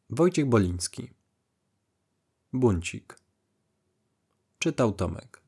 Wojciech Boliński. Buncik. Czytał Tomek.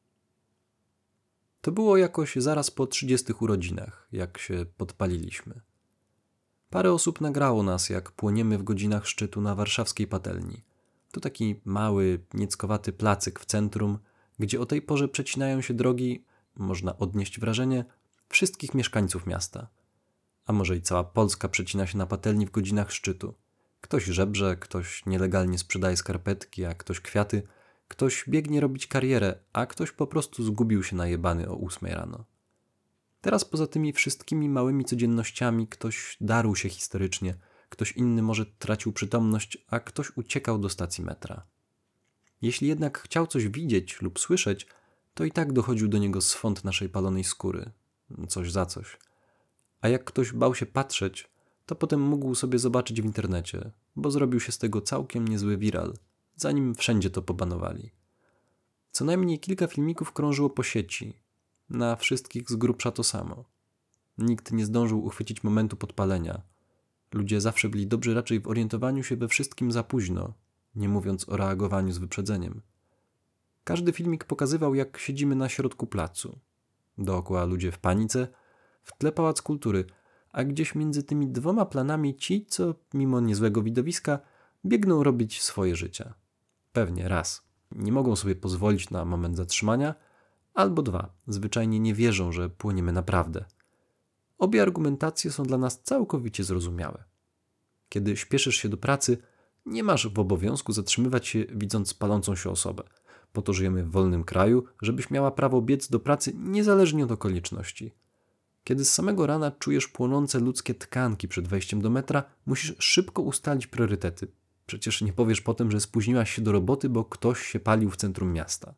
To było jakoś zaraz po 30 urodzinach, jak się podpaliliśmy. Parę osób nagrało nas, jak płoniemy w godzinach szczytu na warszawskiej Patelni. To taki mały, nieckowaty placyk w centrum, gdzie o tej porze przecinają się drogi, można odnieść wrażenie, wszystkich mieszkańców miasta. A może i cała Polska przecina się na Patelni w godzinach szczytu. Ktoś żebrze, ktoś nielegalnie sprzedaje skarpetki, a ktoś kwiaty, ktoś biegnie robić karierę, a ktoś po prostu zgubił się najebany o 8 rano. Teraz poza tymi wszystkimi małymi codziennościami ktoś darł się historycznie, ktoś inny może tracił przytomność, a ktoś uciekał do stacji metra. Jeśli jednak chciał coś widzieć lub słyszeć, to i tak dochodził do niego swąd naszej palonej skóry. Coś za coś. A jak ktoś bał się patrzeć, to potem mógł sobie zobaczyć w internecie, bo zrobił się z tego całkiem niezły viral, zanim wszędzie to pobanowali. Co najmniej kilka filmików krążyło po sieci. Na wszystkich z grubsza to samo. Nikt nie zdążył uchwycić momentu podpalenia. Ludzie zawsze byli dobrzy raczej w orientowaniu się we wszystkim za późno, nie mówiąc o reagowaniu z wyprzedzeniem. Każdy filmik pokazywał, jak siedzimy na środku placu. Dookoła ludzie w panice, w tle Pałac Kultury, a gdzieś między tymi dwoma planami ci, co mimo niezłego widowiska biegną robić swoje życia. Pewnie raz, nie mogą sobie pozwolić na moment zatrzymania, albo dwa, zwyczajnie nie wierzą, że płoniemy naprawdę. Obie argumentacje są dla nas całkowicie zrozumiałe. Kiedy śpieszysz się do pracy, nie masz w obowiązku zatrzymywać się, widząc palącą się osobę. Po to żyjemy w wolnym kraju, żebyś miała prawo biec do pracy niezależnie od okoliczności. Kiedy z samego rana czujesz płonące ludzkie tkanki przed wejściem do metra, musisz szybko ustalić priorytety. Przecież nie powiesz potem, że spóźniłaś się do roboty, bo ktoś się palił w centrum miasta.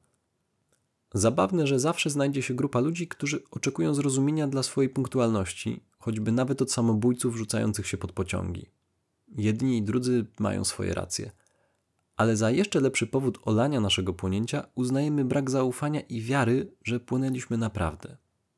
Zabawne, że zawsze znajdzie się grupa ludzi, którzy oczekują zrozumienia dla swojej punktualności, choćby nawet od samobójców rzucających się pod pociągi. Jedni i drudzy mają swoje racje. Ale za jeszcze lepszy powód olania naszego płonięcia uznajemy brak zaufania i wiary, że płonęliśmy naprawdę.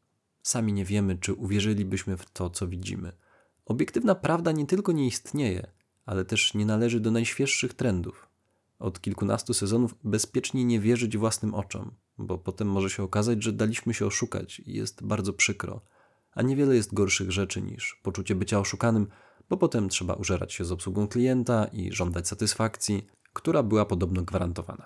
Sami nie wiemy, czy uwierzylibyśmy w to, co widzimy. Obiektywna prawda nie tylko nie istnieje, ale też nie należy do najświeższych trendów. Od kilkunastu sezonów bezpiecznie nie wierzyć własnym oczom, bo potem może się okazać, że daliśmy się oszukać i jest bardzo przykro. A niewiele jest gorszych rzeczy niż poczucie bycia oszukanym, bo potem trzeba użerać się z obsługą klienta i żądać satysfakcji, która była podobno gwarantowana.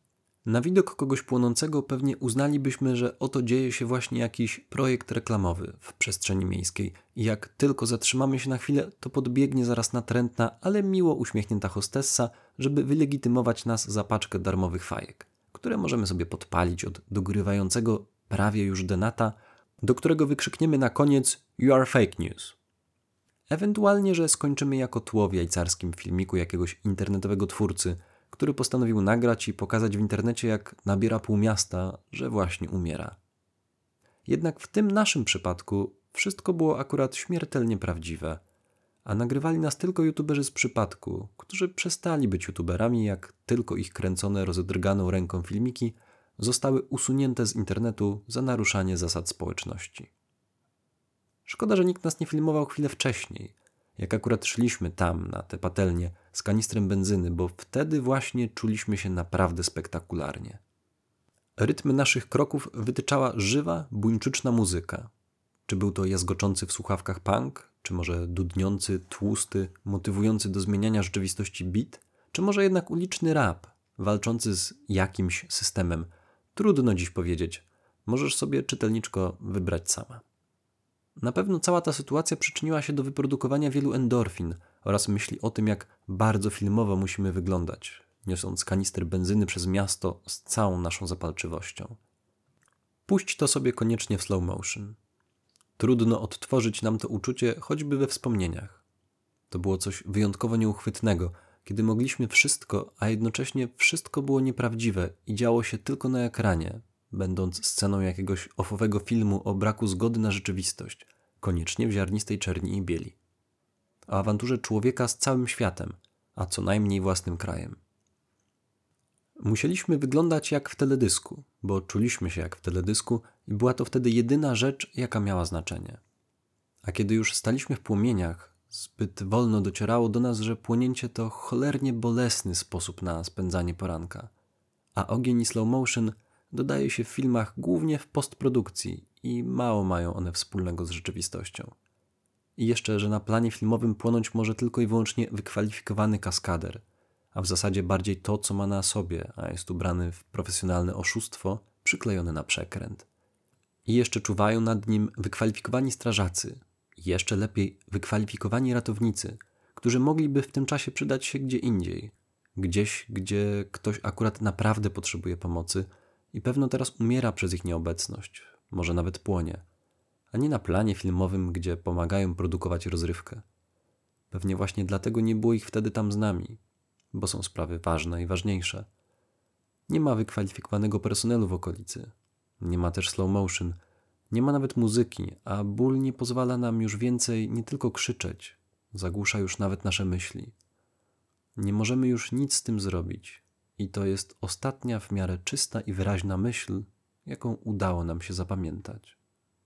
Na widok kogoś płonącego pewnie uznalibyśmy, że oto dzieje się właśnie jakiś projekt reklamowy w przestrzeni miejskiej i jak tylko zatrzymamy się na chwilę, to podbiegnie zaraz natrętna, ale miło uśmiechnięta hostessa, żeby wylegitymować nas za paczkę darmowych fajek, które możemy sobie podpalić od dogrywającego prawie już denata, do którego wykrzykniemy na koniec "You are fake news". Ewentualnie, że skończymy jako tło w jajcarskim filmiku jakiegoś internetowego twórcy, który postanowił nagrać i pokazać w internecie, jak nabiera pół miasta, że właśnie umiera. Jednak w tym naszym przypadku wszystko było akurat śmiertelnie prawdziwe, a nagrywali nas tylko youtuberzy z przypadku, którzy przestali być youtuberami, jak tylko ich kręcone rozedrganą ręką filmiki zostały usunięte z internetu za naruszanie zasad społeczności. Szkoda, że nikt nas nie filmował chwilę wcześniej, jak akurat szliśmy tam, na tę patelnię, z kanistrem benzyny, bo wtedy właśnie czuliśmy się naprawdę spektakularnie. Rytmy naszych kroków wytyczała żywa, buńczyczna muzyka. Czy był to jazgoczący w słuchawkach punk, czy może dudniący, tłusty, motywujący do zmieniania rzeczywistości beat, czy może jednak uliczny rap, walczący z jakimś systemem. Trudno dziś powiedzieć. Możesz sobie, czytelniczko, wybrać sama. Na pewno cała ta sytuacja przyczyniła się do wyprodukowania wielu endorfin oraz myśli o tym, jak bardzo filmowo musimy wyglądać, niosąc kanister benzyny przez miasto z całą naszą zapalczywością. Puść to sobie koniecznie w slow motion. Trudno odtworzyć nam to uczucie choćby we wspomnieniach. To było coś wyjątkowo nieuchwytnego, kiedy mogliśmy wszystko, a jednocześnie wszystko było nieprawdziwe i działo się tylko na ekranie, będąc sceną jakiegoś offowego filmu o braku zgody na rzeczywistość, koniecznie w ziarnistej czerni i bieli. O awanturze człowieka z całym światem, a co najmniej własnym krajem. Musieliśmy wyglądać jak w teledysku, bo czuliśmy się jak w teledysku i była to wtedy jedyna rzecz, jaka miała znaczenie. A kiedy już staliśmy w płomieniach, Zbyt wolno docierało do nas, że płonięcie to cholernie bolesny sposób na spędzanie poranka, a ogień i slow motion dodaje się w filmach głównie w postprodukcji i mało mają one wspólnego z rzeczywistością. I jeszcze, że na planie filmowym płonąć może tylko i wyłącznie wykwalifikowany kaskader, a w zasadzie bardziej to, co ma na sobie, a jest ubrany w profesjonalne oszustwo, przyklejone na przekręt. I jeszcze czuwają nad nim wykwalifikowani strażacy, i jeszcze lepiej wykwalifikowani ratownicy, którzy mogliby w tym czasie przydać się gdzie indziej, gdzieś, gdzie ktoś akurat naprawdę potrzebuje pomocy i pewno teraz umiera przez ich nieobecność, może nawet płonie, a nie na planie filmowym, gdzie pomagają produkować rozrywkę. Pewnie właśnie dlatego nie było ich wtedy tam z nami, bo są sprawy ważne i ważniejsze. Nie ma wykwalifikowanego personelu w okolicy, nie ma też slow motion, nie ma nawet muzyki, a ból nie pozwala nam już więcej nie tylko krzyczeć, zagłusza już nawet nasze myśli. Nie możemy już nic z tym zrobić i to jest ostatnia w miarę czysta i wyraźna myśl, jaką udało nam się zapamiętać.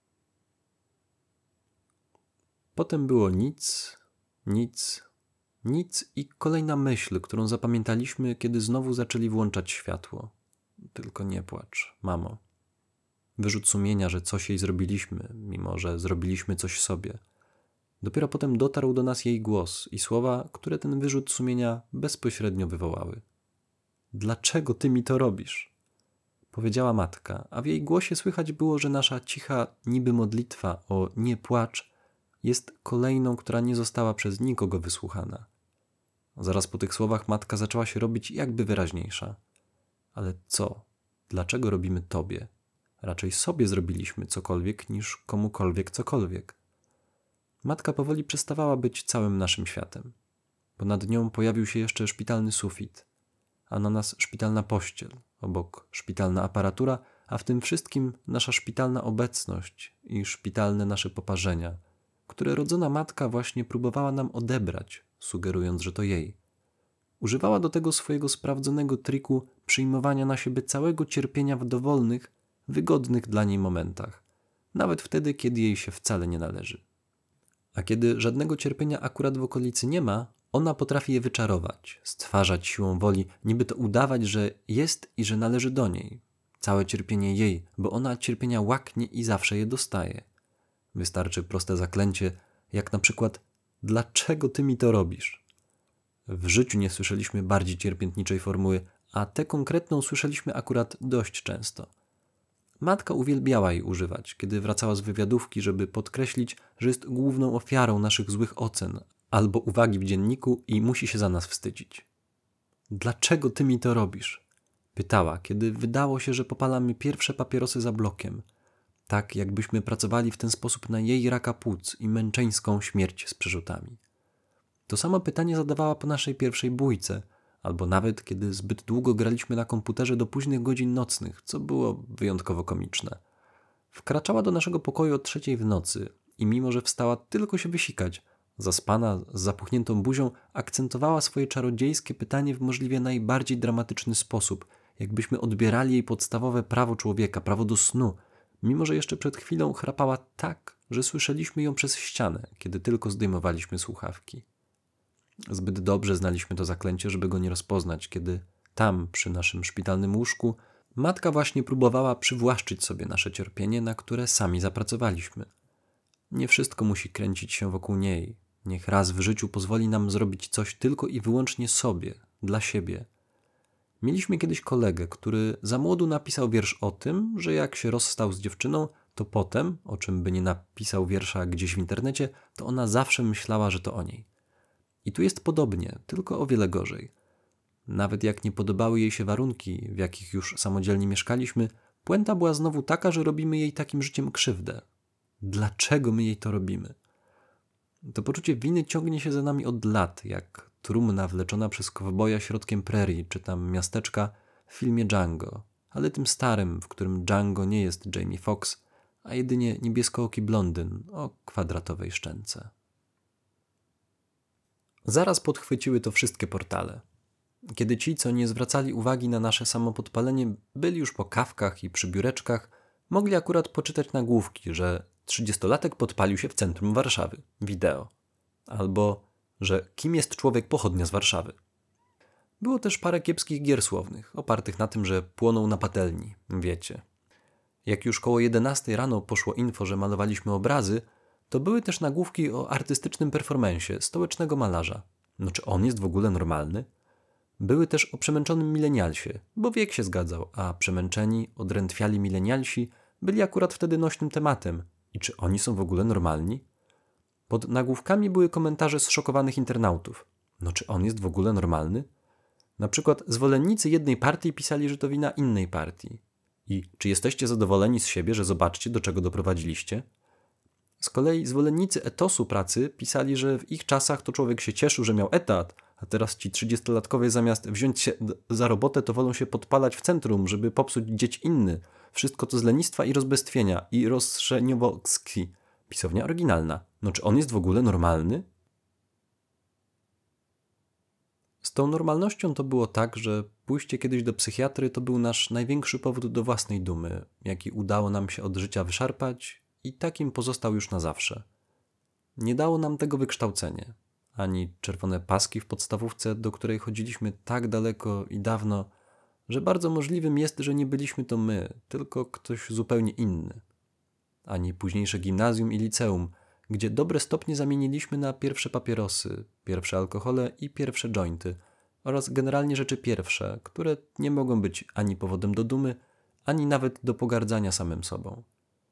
Potem było nic, nic, nic i kolejna myśl, którą zapamiętaliśmy, kiedy znowu zaczęli włączać światło. Tylko nie płacz, mamo. Wyrzut sumienia, że coś jej zrobiliśmy, mimo że zrobiliśmy coś sobie. Dopiero potem dotarł do nas jej głos i słowa, które ten wyrzut sumienia bezpośrednio wywołały. Dlaczego ty mi to robisz? Powiedziała matka, a w jej głosie słychać było, że nasza cicha niby modlitwa o nie płacz jest kolejną, która nie została przez nikogo wysłuchana. Zaraz po tych słowach matka zaczęła się robić jakby wyraźniejsza. Ale co? Dlaczego robimy tobie? Raczej sobie zrobiliśmy cokolwiek niż komukolwiek cokolwiek. Matka powoli przestawała być całym naszym światem. Ponad nią pojawił się jeszcze szpitalny sufit, a na nas szpitalna pościel, obok szpitalna aparatura, a w tym wszystkim nasza szpitalna obecność i szpitalne nasze poparzenia, które rodzona matka właśnie próbowała nam odebrać, sugerując, że to jej. Używała do tego swojego sprawdzonego triku przyjmowania na siebie całego cierpienia w dowolnych, wygodnych dla niej momentach, nawet wtedy, kiedy jej się wcale nie należy. A kiedy żadnego cierpienia akurat w okolicy nie ma, ona potrafi je wyczarować, stwarzać siłą woli, niby to udawać, że jest i że należy do niej. Całe cierpienie jej, bo ona cierpienia łaknie i zawsze je dostaje. Wystarczy proste zaklęcie, jak na przykład dlaczego ty mi to robisz? W życiu nie słyszeliśmy bardziej cierpiętniczej formuły, a tę konkretną słyszeliśmy akurat dość często. Matka uwielbiała jej używać, kiedy wracała z wywiadówki, żeby podkreślić, że jest główną ofiarą naszych złych ocen albo uwagi w dzienniku i musi się za nas wstydzić. Dlaczego ty mi to robisz? Pytała, kiedy wydało się, że popalamy pierwsze papierosy za blokiem. Tak, jakbyśmy pracowali w ten sposób na jej raka płuc i męczeńską śmierć z przerzutami. To samo pytanie zadawała po naszej pierwszej bójce, albo nawet kiedy zbyt długo graliśmy na komputerze do późnych godzin nocnych, co było wyjątkowo komiczne. Wkraczała do naszego pokoju o 3:00 w nocy i mimo, że wstała tylko się wysikać, zaspana, z zapuchniętą buzią, akcentowała swoje czarodziejskie pytanie w możliwie najbardziej dramatyczny sposób, jakbyśmy odbierali jej podstawowe prawo człowieka, prawo do snu, mimo że jeszcze przed chwilą chrapała tak, że słyszeliśmy ją przez ścianę, kiedy tylko zdejmowaliśmy słuchawki. Zbyt dobrze znaliśmy to zaklęcie, żeby go nie rozpoznać, kiedy tam, przy naszym szpitalnym łóżku, matka właśnie próbowała przywłaszczyć sobie nasze cierpienie, na które sami zapracowaliśmy. Nie wszystko musi kręcić się wokół niej. Niech raz w życiu pozwoli nam zrobić coś tylko i wyłącznie sobie, dla siebie. Mieliśmy kiedyś kolegę, który za młodu napisał wiersz o tym, że jak się rozstał z dziewczyną, to potem, o czym by nie napisał wiersza gdzieś w internecie, to ona zawsze myślała, że to o niej. I tu jest podobnie, tylko o wiele gorzej. Nawet jak nie podobały jej się warunki, w jakich już samodzielnie mieszkaliśmy, puenta była znowu taka, że robimy jej takim życiem krzywdę. Dlaczego my jej to robimy? To poczucie winy ciągnie się za nami od lat, jak trumna wleczona przez kowboja środkiem prerii, czy tam miasteczka w filmie Django, ale tym starym, w którym Django nie jest Jamie Foxx, a jedynie niebieskooki blondyn o kwadratowej szczęce. Zaraz podchwyciły to wszystkie portale. Kiedy ci, co nie zwracali uwagi na nasze samopodpalenie, byli już po kawkach i przy biureczkach, mogli akurat poczytać nagłówki, że 30-latek podpalił się w centrum Warszawy. Wideo. albo że kim jest człowiek pochodnia z Warszawy. Było też parę kiepskich gier słownych, opartych na tym, że płoną na patelni, wiecie. Jak już koło 11 rano poszło info, że malowaliśmy obrazy, to były też nagłówki o artystycznym performance'ie stołecznego malarza. No czy on jest w ogóle normalny? Były też o przemęczonym milenialsie, bo wiek się zgadzał, a przemęczeni, odrętwiali milenialsi byli akurat wtedy nośnym tematem. I czy oni są w ogóle normalni? Pod nagłówkami były komentarze zszokowanych internautów. No czy on jest w ogóle normalny? Na przykład zwolennicy jednej partii pisali, że to wina innej partii. I czy jesteście zadowoleni z siebie, że zobaczcie, do czego doprowadziliście? Z kolei zwolennicy etosu pracy pisali, że w ich czasach to człowiek się cieszył, że miał etat, a teraz ci 30-latkowie zamiast wziąć się za robotę, to wolą się podpalać w centrum, żeby popsuć dzieć inny. Wszystko to z lenistwa i rozbestwienia i rozstrzeniowski. Pisownia oryginalna. No czy on jest w ogóle normalny? Z tą normalnością to było tak, że pójście kiedyś do psychiatry to był nasz największy powód do własnej dumy, jaki udało nam się od życia wyszarpać i takim pozostał już na zawsze. Nie dało nam tego wykształcenie, ani czerwone paski w podstawówce, do której chodziliśmy tak daleko i dawno, że bardzo możliwym jest, że nie byliśmy to my, tylko ktoś zupełnie inny. Ani późniejsze gimnazjum i liceum, gdzie dobre stopnie zamieniliśmy na pierwsze papierosy, pierwsze alkohole i pierwsze jointy oraz generalnie rzeczy pierwsze, które nie mogą być ani powodem do dumy, ani nawet do pogardzania samym sobą.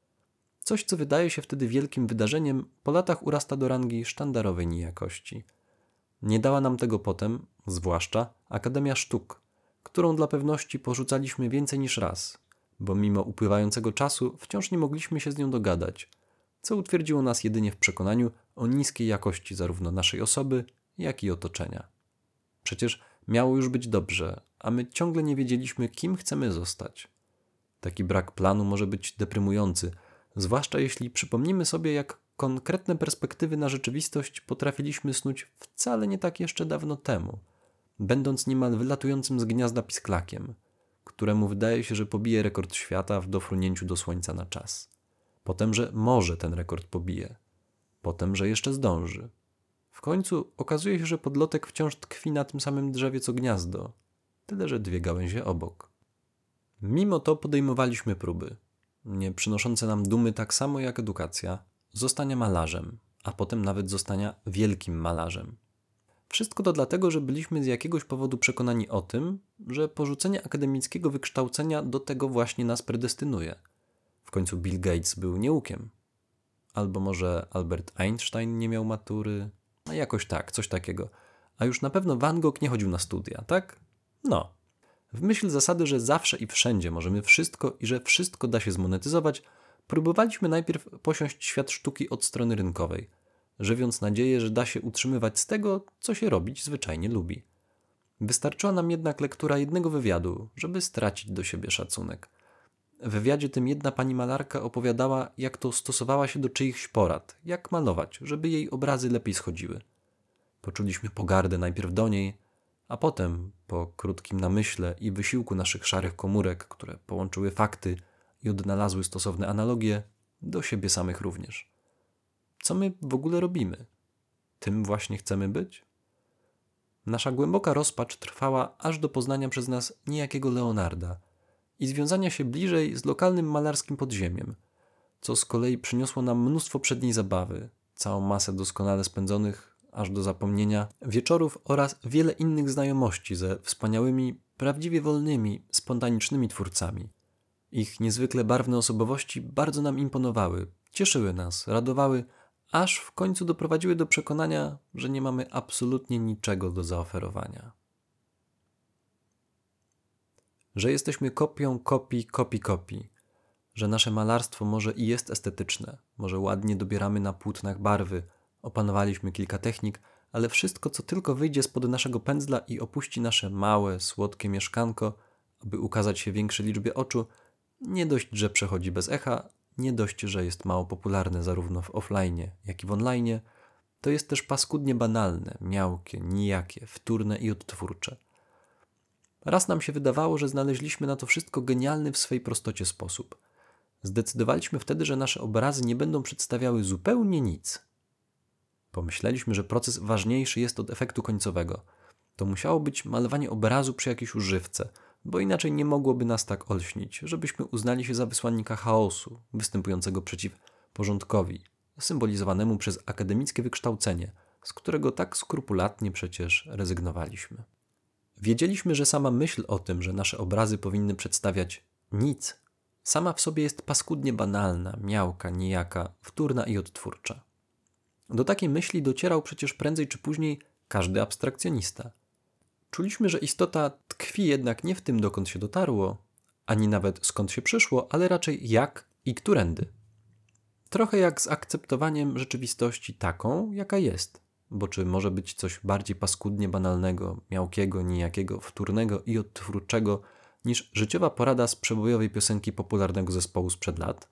Coś, co wydaje się wtedy wielkim wydarzeniem, po latach urasta do rangi sztandarowej nijakości. Nie dała nam tego potem, zwłaszcza Akademia Sztuk, którą dla pewności porzucaliśmy więcej niż raz, bo mimo upływającego czasu wciąż nie mogliśmy się z nią dogadać, co utwierdziło nas jedynie w przekonaniu o niskiej jakości zarówno naszej osoby, jak i otoczenia. Przecież miało już być dobrze, a my ciągle nie wiedzieliśmy, kim chcemy zostać. Taki brak planu może być deprymujący, zwłaszcza jeśli przypomnimy sobie, jak konkretne perspektywy na rzeczywistość potrafiliśmy snuć wcale nie tak jeszcze dawno temu, będąc niemal wylatującym z gniazda pisklakiem, któremu wydaje się, że pobije rekord świata w dofrunięciu do słońca na czas. Potem, że może ten rekord pobije. Potem, że jeszcze zdąży. W końcu okazuje się, że podlotek wciąż tkwi na tym samym drzewie co gniazdo, tyle że 2 gałęzie obok. Mimo to podejmowaliśmy próby, nie przynoszące nam dumy tak samo jak edukacja, zostania malarzem, a potem nawet zostania wielkim malarzem. Wszystko to dlatego, że byliśmy z jakiegoś powodu przekonani o tym, że porzucenie akademickiego wykształcenia do tego właśnie nas predestynuje. W końcu Bill Gates był nieukiem. Albo może Albert Einstein nie miał matury. No jakoś tak, coś takiego. A już na pewno Van Gogh nie chodził na studia, tak? No. W myśl zasady, że zawsze i wszędzie możemy wszystko i że wszystko da się zmonetyzować, próbowaliśmy najpierw posiąść świat sztuki od strony rynkowej, żywiąc nadzieję, że da się utrzymywać z tego, co się robić zwyczajnie lubi. Wystarczyła nam jednak lektura jednego wywiadu, żeby stracić do siebie szacunek. W wywiadzie tym jedna pani malarka opowiadała, jak to stosowała się do czyichś porad, jak malować, żeby jej obrazy lepiej schodziły. Poczuliśmy pogardę najpierw do niej, a potem, po krótkim namyśle i wysiłku naszych szarych komórek, które połączyły fakty i odnalazły stosowne analogie, do siebie samych również. Co my w ogóle robimy? Tym właśnie chcemy być? Nasza głęboka rozpacz trwała aż do poznania przez nas niejakiego Leonarda i związania się bliżej z lokalnym malarskim podziemiem, co z kolei przyniosło nam mnóstwo przedniej zabawy, całą masę doskonale spędzonych, aż do zapomnienia, wieczorów oraz wiele innych znajomości ze wspaniałymi, prawdziwie wolnymi, spontanicznymi twórcami. Ich niezwykle barwne osobowości bardzo nam imponowały, cieszyły nas, radowały, aż w końcu doprowadziły do przekonania, że nie mamy absolutnie niczego do zaoferowania. Że jesteśmy kopią kopii, że nasze malarstwo może i jest estetyczne, może ładnie dobieramy na płótnach barwy, opanowaliśmy kilka technik, ale wszystko, co tylko wyjdzie spod naszego pędzla i opuści nasze małe, słodkie mieszkanko, aby ukazać się większej liczbie oczu, nie dość, że przechodzi bez echa, nie dość, że jest mało popularne zarówno w offline, jak i w online, to jest też paskudnie banalne, miałkie, nijakie, wtórne i odtwórcze. Raz nam się wydawało, że znaleźliśmy na to wszystko genialny w swej prostocie sposób. Zdecydowaliśmy wtedy, że nasze obrazy nie będą przedstawiały zupełnie nic. Pomyśleliśmy, że proces ważniejszy jest od efektu końcowego. To musiało być malowanie obrazu przy jakiejś używce, bo inaczej nie mogłoby nas tak olśnić, żebyśmy uznali się za wysłannika chaosu, występującego przeciw porządkowi, symbolizowanemu przez akademickie wykształcenie, z którego tak skrupulatnie przecież rezygnowaliśmy. Wiedzieliśmy, że sama myśl o tym, że nasze obrazy powinny przedstawiać nic, sama w sobie jest paskudnie banalna, miałka, nijaka, wtórna i odtwórcza. Do takiej myśli docierał przecież prędzej czy później każdy abstrakcjonista. Czuliśmy, że istota tkwi jednak nie w tym, dokąd się dotarło, ani nawet skąd się przyszło, ale raczej jak i którędy. Trochę jak z akceptowaniem rzeczywistości taką, jaka jest, bo czy może być coś bardziej paskudnie banalnego, miałkiego, nijakiego, wtórnego i odtwórczego niż życiowa porada z przebojowej piosenki popularnego zespołu sprzed lat?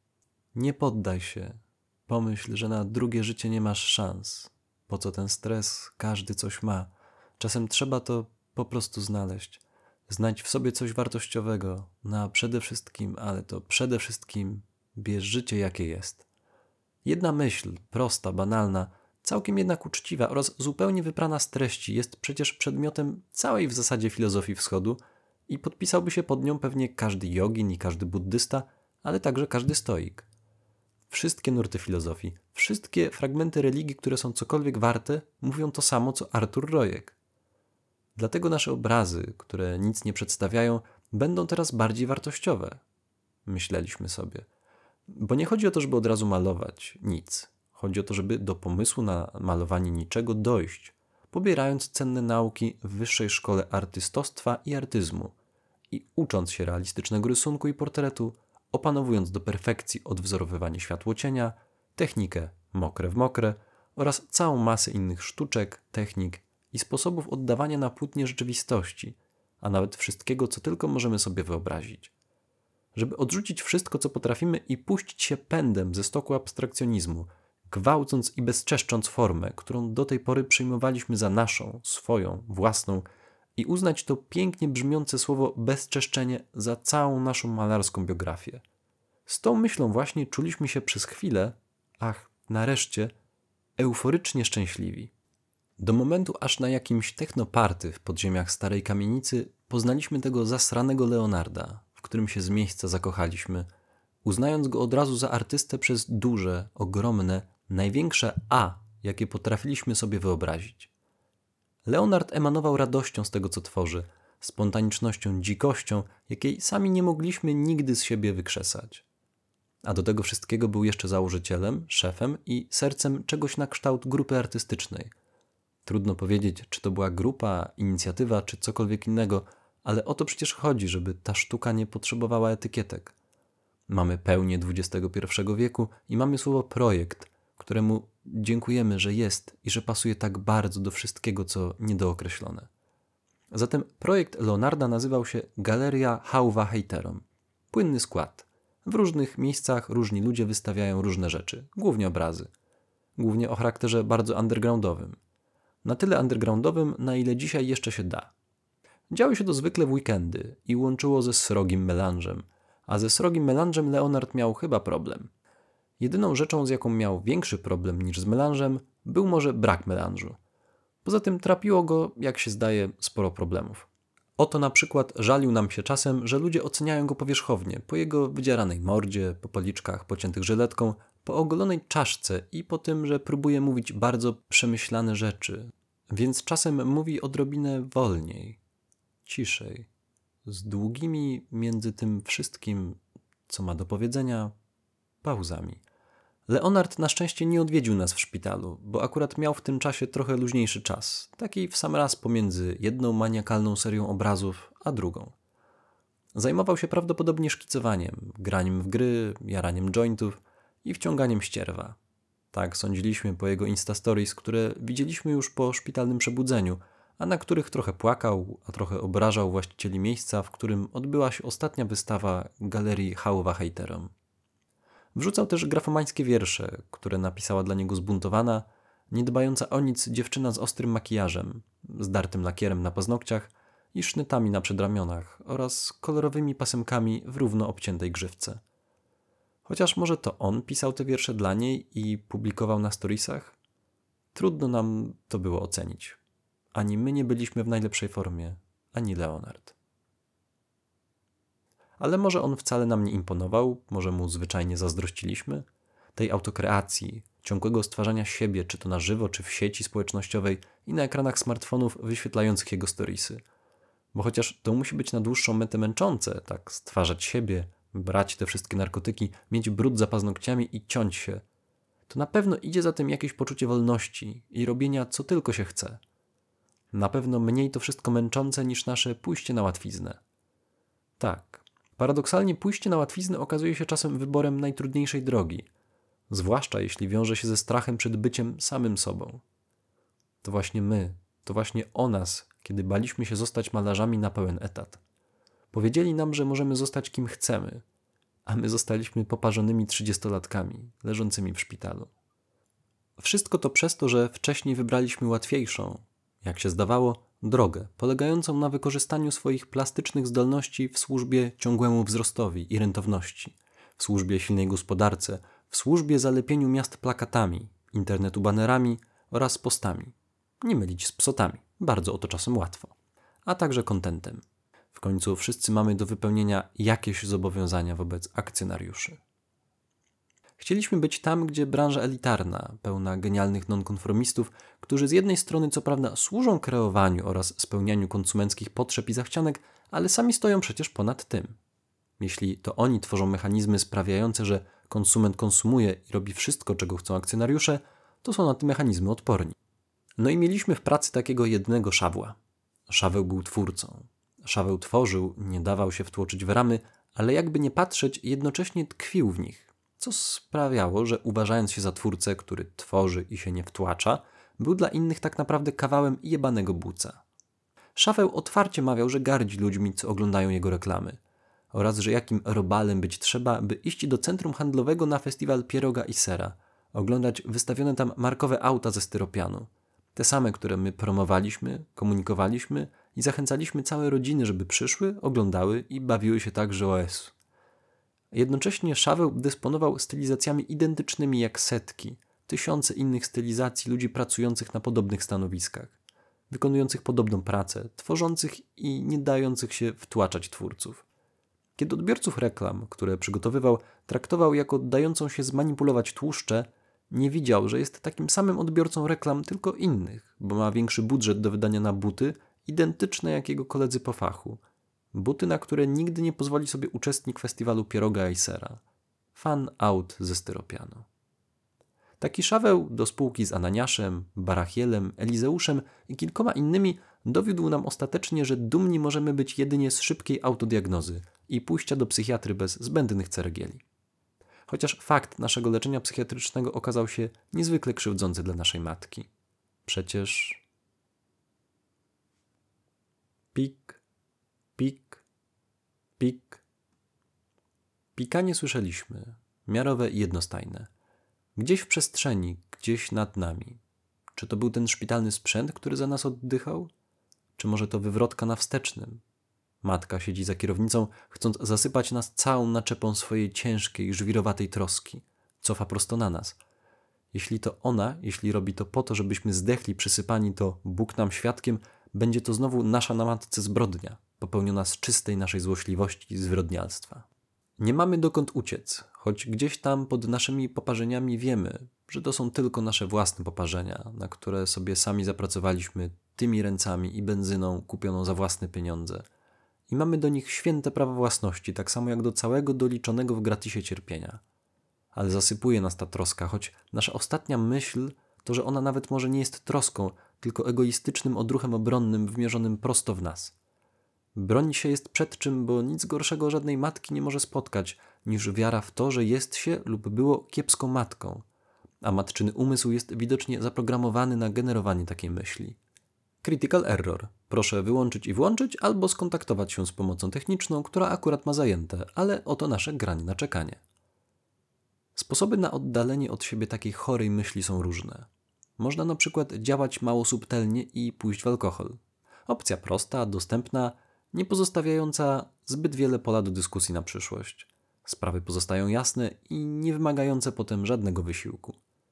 Nie poddaj się. Pomyśl, że na drugie życie nie masz szans. Po co ten stres? Każdy coś ma. Czasem trzeba to po prostu znaleźć. Znajdź w sobie coś wartościowego. No a przede wszystkim, ale to przede wszystkim bierz życie jakie jest. Jedna myśl, prosta, banalna, całkiem jednak uczciwa oraz zupełnie wyprana z treści jest przecież przedmiotem całej w zasadzie filozofii wschodu i podpisałby się pod nią pewnie każdy jogin i każdy buddysta, ale także każdy stoik. Wszystkie nurty filozofii, wszystkie fragmenty religii, które są cokolwiek warte, mówią to samo co Artur Rojek. Dlatego nasze obrazy, które nic nie przedstawiają, będą teraz bardziej wartościowe. Myśleliśmy sobie. Bo nie chodzi o to, żeby od razu malować nic. Chodzi o to, żeby do pomysłu na malowanie niczego dojść, pobierając cenne nauki w wyższej szkole artystostwa i artyzmu i ucząc się realistycznego rysunku i portretu, opanowując do perfekcji odwzorowywanie światłocienia, technikę mokre w mokre oraz całą masę innych sztuczek, technik i sposobów oddawania na płótnie rzeczywistości, a nawet wszystkiego, co tylko możemy sobie wyobrazić. Żeby odrzucić wszystko, co potrafimy i puścić się pędem ze stoku abstrakcjonizmu, gwałcąc i bezczeszcząc formę, którą do tej pory przyjmowaliśmy za naszą, swoją, własną i uznać to pięknie brzmiące słowo bezczeszczenie za całą naszą malarską biografię. Z tą myślą właśnie czuliśmy się przez chwilę, nareszcie, euforycznie szczęśliwi. Do momentu, aż na jakimś technoparty w podziemiach starej kamienicy poznaliśmy tego zasranego Leonarda, w którym się z miejsca zakochaliśmy, uznając go od razu za artystę przez duże, ogromne, największe A, jakie potrafiliśmy sobie wyobrazić. Leonard emanował radością z tego, co tworzy, spontanicznością, dzikością, jakiej sami nie mogliśmy nigdy z siebie wykrzesać. A do tego wszystkiego był jeszcze założycielem, szefem i sercem czegoś na kształt grupy artystycznej. Trudno powiedzieć, czy to była grupa, inicjatywa, czy cokolwiek innego, ale o to przecież chodzi, żeby ta sztuka nie potrzebowała etykietek. Mamy pełnię XXI wieku i mamy słowo projekt, któremu dziękujemy, że jest i że pasuje tak bardzo do wszystkiego, co niedookreślone. Zatem projekt Leonarda nazywał się Galeria Hauva Heiterom. Płynny skład. W różnych miejscach różni ludzie wystawiają różne rzeczy, głównie obrazy. Głównie o charakterze bardzo undergroundowym. Na tyle undergroundowym, na ile dzisiaj jeszcze się da. Działo się to zwykle w weekendy i łączyło ze srogim melanżem, a ze srogim melanżem Leonard miał chyba problem. Jedyną rzeczą, z jaką miał większy problem niż z melanżem, był może brak melanżu. Poza tym trapiło go, jak się zdaje, sporo problemów. Oto na przykład żalił nam się czasem, że ludzie oceniają go powierzchownie, po jego wydzieranej mordzie, po policzkach pociętych żyletką, po ogolonej czaszce i po tym, że próbuje mówić bardzo przemyślane rzeczy, więc czasem mówi odrobinę wolniej, ciszej, z długimi między tym wszystkim, co ma do powiedzenia, pauzami. Leonard na szczęście nie odwiedził nas w szpitalu, bo akurat miał w tym czasie trochę luźniejszy czas, taki w sam raz pomiędzy jedną maniakalną serią obrazów, a drugą. Zajmował się prawdopodobnie szkicowaniem, graniem w gry, jaraniem jointów i wciąganiem ścierwa. Tak sądziliśmy po jego Instastories, które widzieliśmy już po szpitalnym przebudzeniu, a na których trochę płakał, a trochę obrażał właścicieli miejsca, w którym odbyła się ostatnia wystawa Galerii Hauva Heiterom. Wrzucał też grafomańskie wiersze, które napisała dla niego zbuntowana, nie dbająca o nic dziewczyna z ostrym makijażem, zdartym lakierem na paznokciach i sznytami na przedramionach oraz kolorowymi pasemkami w równo obciętej grzywce. Chociaż może to on pisał te wiersze dla niej i publikował na storiesach? Trudno nam to było ocenić. Ani my nie byliśmy w najlepszej formie, ani Leonard. Ale może on wcale nam nie imponował, może mu zwyczajnie zazdrościliśmy? Tej autokreacji, ciągłego stwarzania siebie, czy to na żywo, czy w sieci społecznościowej i na ekranach smartfonów wyświetlających jego storiesy. Bo chociaż to musi być na dłuższą metę męczące, tak stwarzać siebie, brać te wszystkie narkotyki, mieć brud za paznokciami i ciąć się, to na pewno idzie za tym jakieś poczucie wolności i robienia co tylko się chce. Na pewno mniej to wszystko męczące niż nasze pójście na łatwiznę. Tak, paradoksalnie pójście na łatwiznę okazuje się czasem wyborem najtrudniejszej drogi, zwłaszcza jeśli wiąże się ze strachem przed byciem samym sobą. To właśnie my, to właśnie o nas, kiedy baliśmy się zostać malarzami na pełen etat. Powiedzieli nam, że możemy zostać kim chcemy, a my zostaliśmy poparzonymi 30-latkami, leżącymi w szpitalu. Wszystko to przez to, że wcześniej wybraliśmy łatwiejszą, jak się zdawało, drogę, polegającą na wykorzystaniu swoich plastycznych zdolności w służbie ciągłemu wzrostowi i rentowności, w służbie silnej gospodarce, w służbie zalepieniu miast plakatami, internetu banerami oraz postami. Nie mylić z psotami, bardzo o to czasem łatwo. A także kontentem. W końcu wszyscy mamy do wypełnienia jakieś zobowiązania wobec akcjonariuszy. Chcieliśmy być tam, gdzie branża elitarna, pełna genialnych nonkonformistów, którzy z jednej strony co prawda służą kreowaniu oraz spełnianiu konsumenckich potrzeb i zachcianek, ale sami stoją przecież ponad tym. Jeśli to oni tworzą mechanizmy sprawiające, że konsument konsumuje i robi wszystko, czego chcą akcjonariusze, to są na te mechanizmy odporni. No i mieliśmy w pracy takiego jednego Szawła. Szaweł był twórcą. Szaweł tworzył, nie dawał się wtłoczyć w ramy, ale jakby nie patrzeć, jednocześnie tkwił w nich, co sprawiało, że uważając się za twórcę, który tworzy i się nie wtłacza, był dla innych tak naprawdę kawałem jebanego buca. Szaweł otwarcie mawiał, że gardzi ludźmi, co oglądają jego reklamy, oraz że jakim robalem być trzeba, by iść do centrum handlowego na festiwal pieroga i sera, oglądać wystawione tam markowe auta ze styropianu, te same, które my promowaliśmy, komunikowaliśmy i zachęcaliśmy całe rodziny, żeby przyszły, oglądały i bawiły się tak, że OS. Jednocześnie Szaweł dysponował stylizacjami identycznymi jak setki, tysiące innych stylizacji ludzi pracujących na podobnych stanowiskach, wykonujących podobną pracę, tworzących i nie dających się wtłaczać twórców. Kiedy odbiorców reklam, które przygotowywał, traktował jako dającą się zmanipulować tłuszcze, nie widział, że jest takim samym odbiorcą reklam, tylko innych, bo ma większy budżet do wydania na buty, identyczne jak jego koledzy po fachu. Buty, na które nigdy nie pozwoli sobie uczestnik festiwalu pieroga i sera. Fan aut ze styropianu. Taki Szaweł do spółki z Ananiaszem, Barachielem, Elizeuszem i kilkoma innymi dowiódł nam ostatecznie, że dumni możemy być jedynie z szybkiej autodiagnozy i pójścia do psychiatry bez zbędnych ceregieli. Chociaż fakt naszego leczenia psychiatrycznego okazał się niezwykle krzywdzący dla naszej matki. Przecież... Pik, pik, pik. Pika nie słyszeliśmy, miarowe i jednostajne. Gdzieś w przestrzeni, gdzieś nad nami. Czy to był ten szpitalny sprzęt, który za nas oddychał? Czy może to wywrotka na wstecznym? Matka siedzi za kierownicą, chcąc zasypać nas całą naczepą swojej ciężkiej, żwirowatej troski. Cofa prosto na nas. Jeśli to ona, jeśli robi to po to, żebyśmy zdechli przysypani, to Bóg nam świadkiem, będzie to znowu nasza na matce zbrodnia, popełniona z czystej naszej złośliwości i zwyrodnialstwa. Nie mamy dokąd uciec, choć gdzieś tam pod naszymi poparzeniami wiemy, że to są tylko nasze własne poparzenia, na które sobie sami zapracowaliśmy tymi ręcami i benzyną kupioną za własne pieniądze. I mamy do nich święte prawo własności, tak samo jak do całego doliczonego w gratisie cierpienia. Ale zasypuje nas ta troska, choć nasza ostatnia myśl to, że ona nawet może nie jest troską, tylko egoistycznym odruchem obronnym wymierzonym prosto w nas. Bronić się jest przed czym, bo nic gorszego żadnej matki nie może spotkać, niż wiara w to, że jest się lub było kiepską matką, a matczyny umysł jest widocznie zaprogramowany na generowanie takiej myśli. Critical error. Proszę wyłączyć i włączyć, albo skontaktować się z pomocą techniczną, która akurat ma zajęte, ale oto nasze granie na czekanie. Sposoby na oddalenie od siebie takiej chorej myśli są różne. Można na przykład działać mało subtelnie i pójść w alkohol. Opcja prosta, dostępna, nie pozostawiająca zbyt wiele pola do dyskusji na przyszłość. Sprawy pozostają jasne i nie wymagające potem żadnego wysiłku.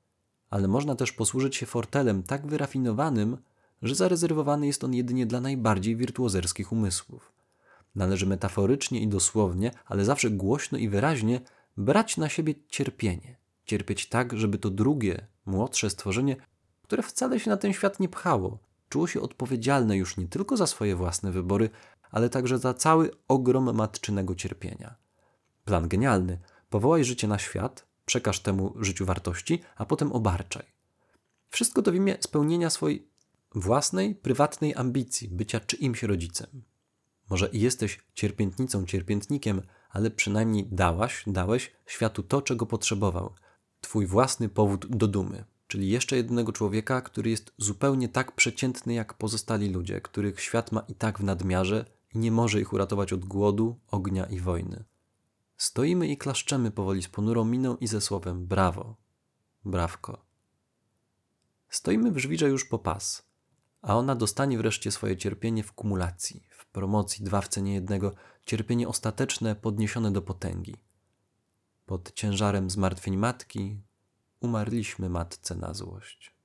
ale można też posłużyć się fortelem tak wyrafinowanym, że zarezerwowany jest on jedynie dla najbardziej wirtuozerskich umysłów. Należy metaforycznie i dosłownie, ale zawsze głośno i wyraźnie brać na siebie cierpienie. Cierpieć tak, żeby to drugie, młodsze stworzenie, które wcale się na ten świat nie pchało, czuło się odpowiedzialne już nie tylko za swoje własne wybory, ale także za cały ogrom matczynego cierpienia. Plan genialny. Powołaj życie na świat, przekaż temu życiu wartości, a potem obarczaj. Wszystko to w imię spełnienia swojej własnej, prywatnej ambicji bycia czyimś rodzicem. Może i jesteś cierpiętnicą, cierpiętnikiem, ale przynajmniej dałeś światu to, czego potrzebował. Twój własny powód do dumy. Czyli jeszcze jednego człowieka, który jest zupełnie tak przeciętny jak pozostali ludzie, których świat ma i tak w nadmiarze i nie może ich uratować od głodu, ognia i wojny. Stoimy i klaszczemy powoli z ponurą miną i ze słowem brawo, brawko. Stoimy w żwirze już po pas, a ona dostanie wreszcie swoje cierpienie w kumulacji, w promocji 2 w cenie 1, cierpienie ostateczne podniesione do potęgi. Pod ciężarem zmartwień matki umarliśmy matce na złość.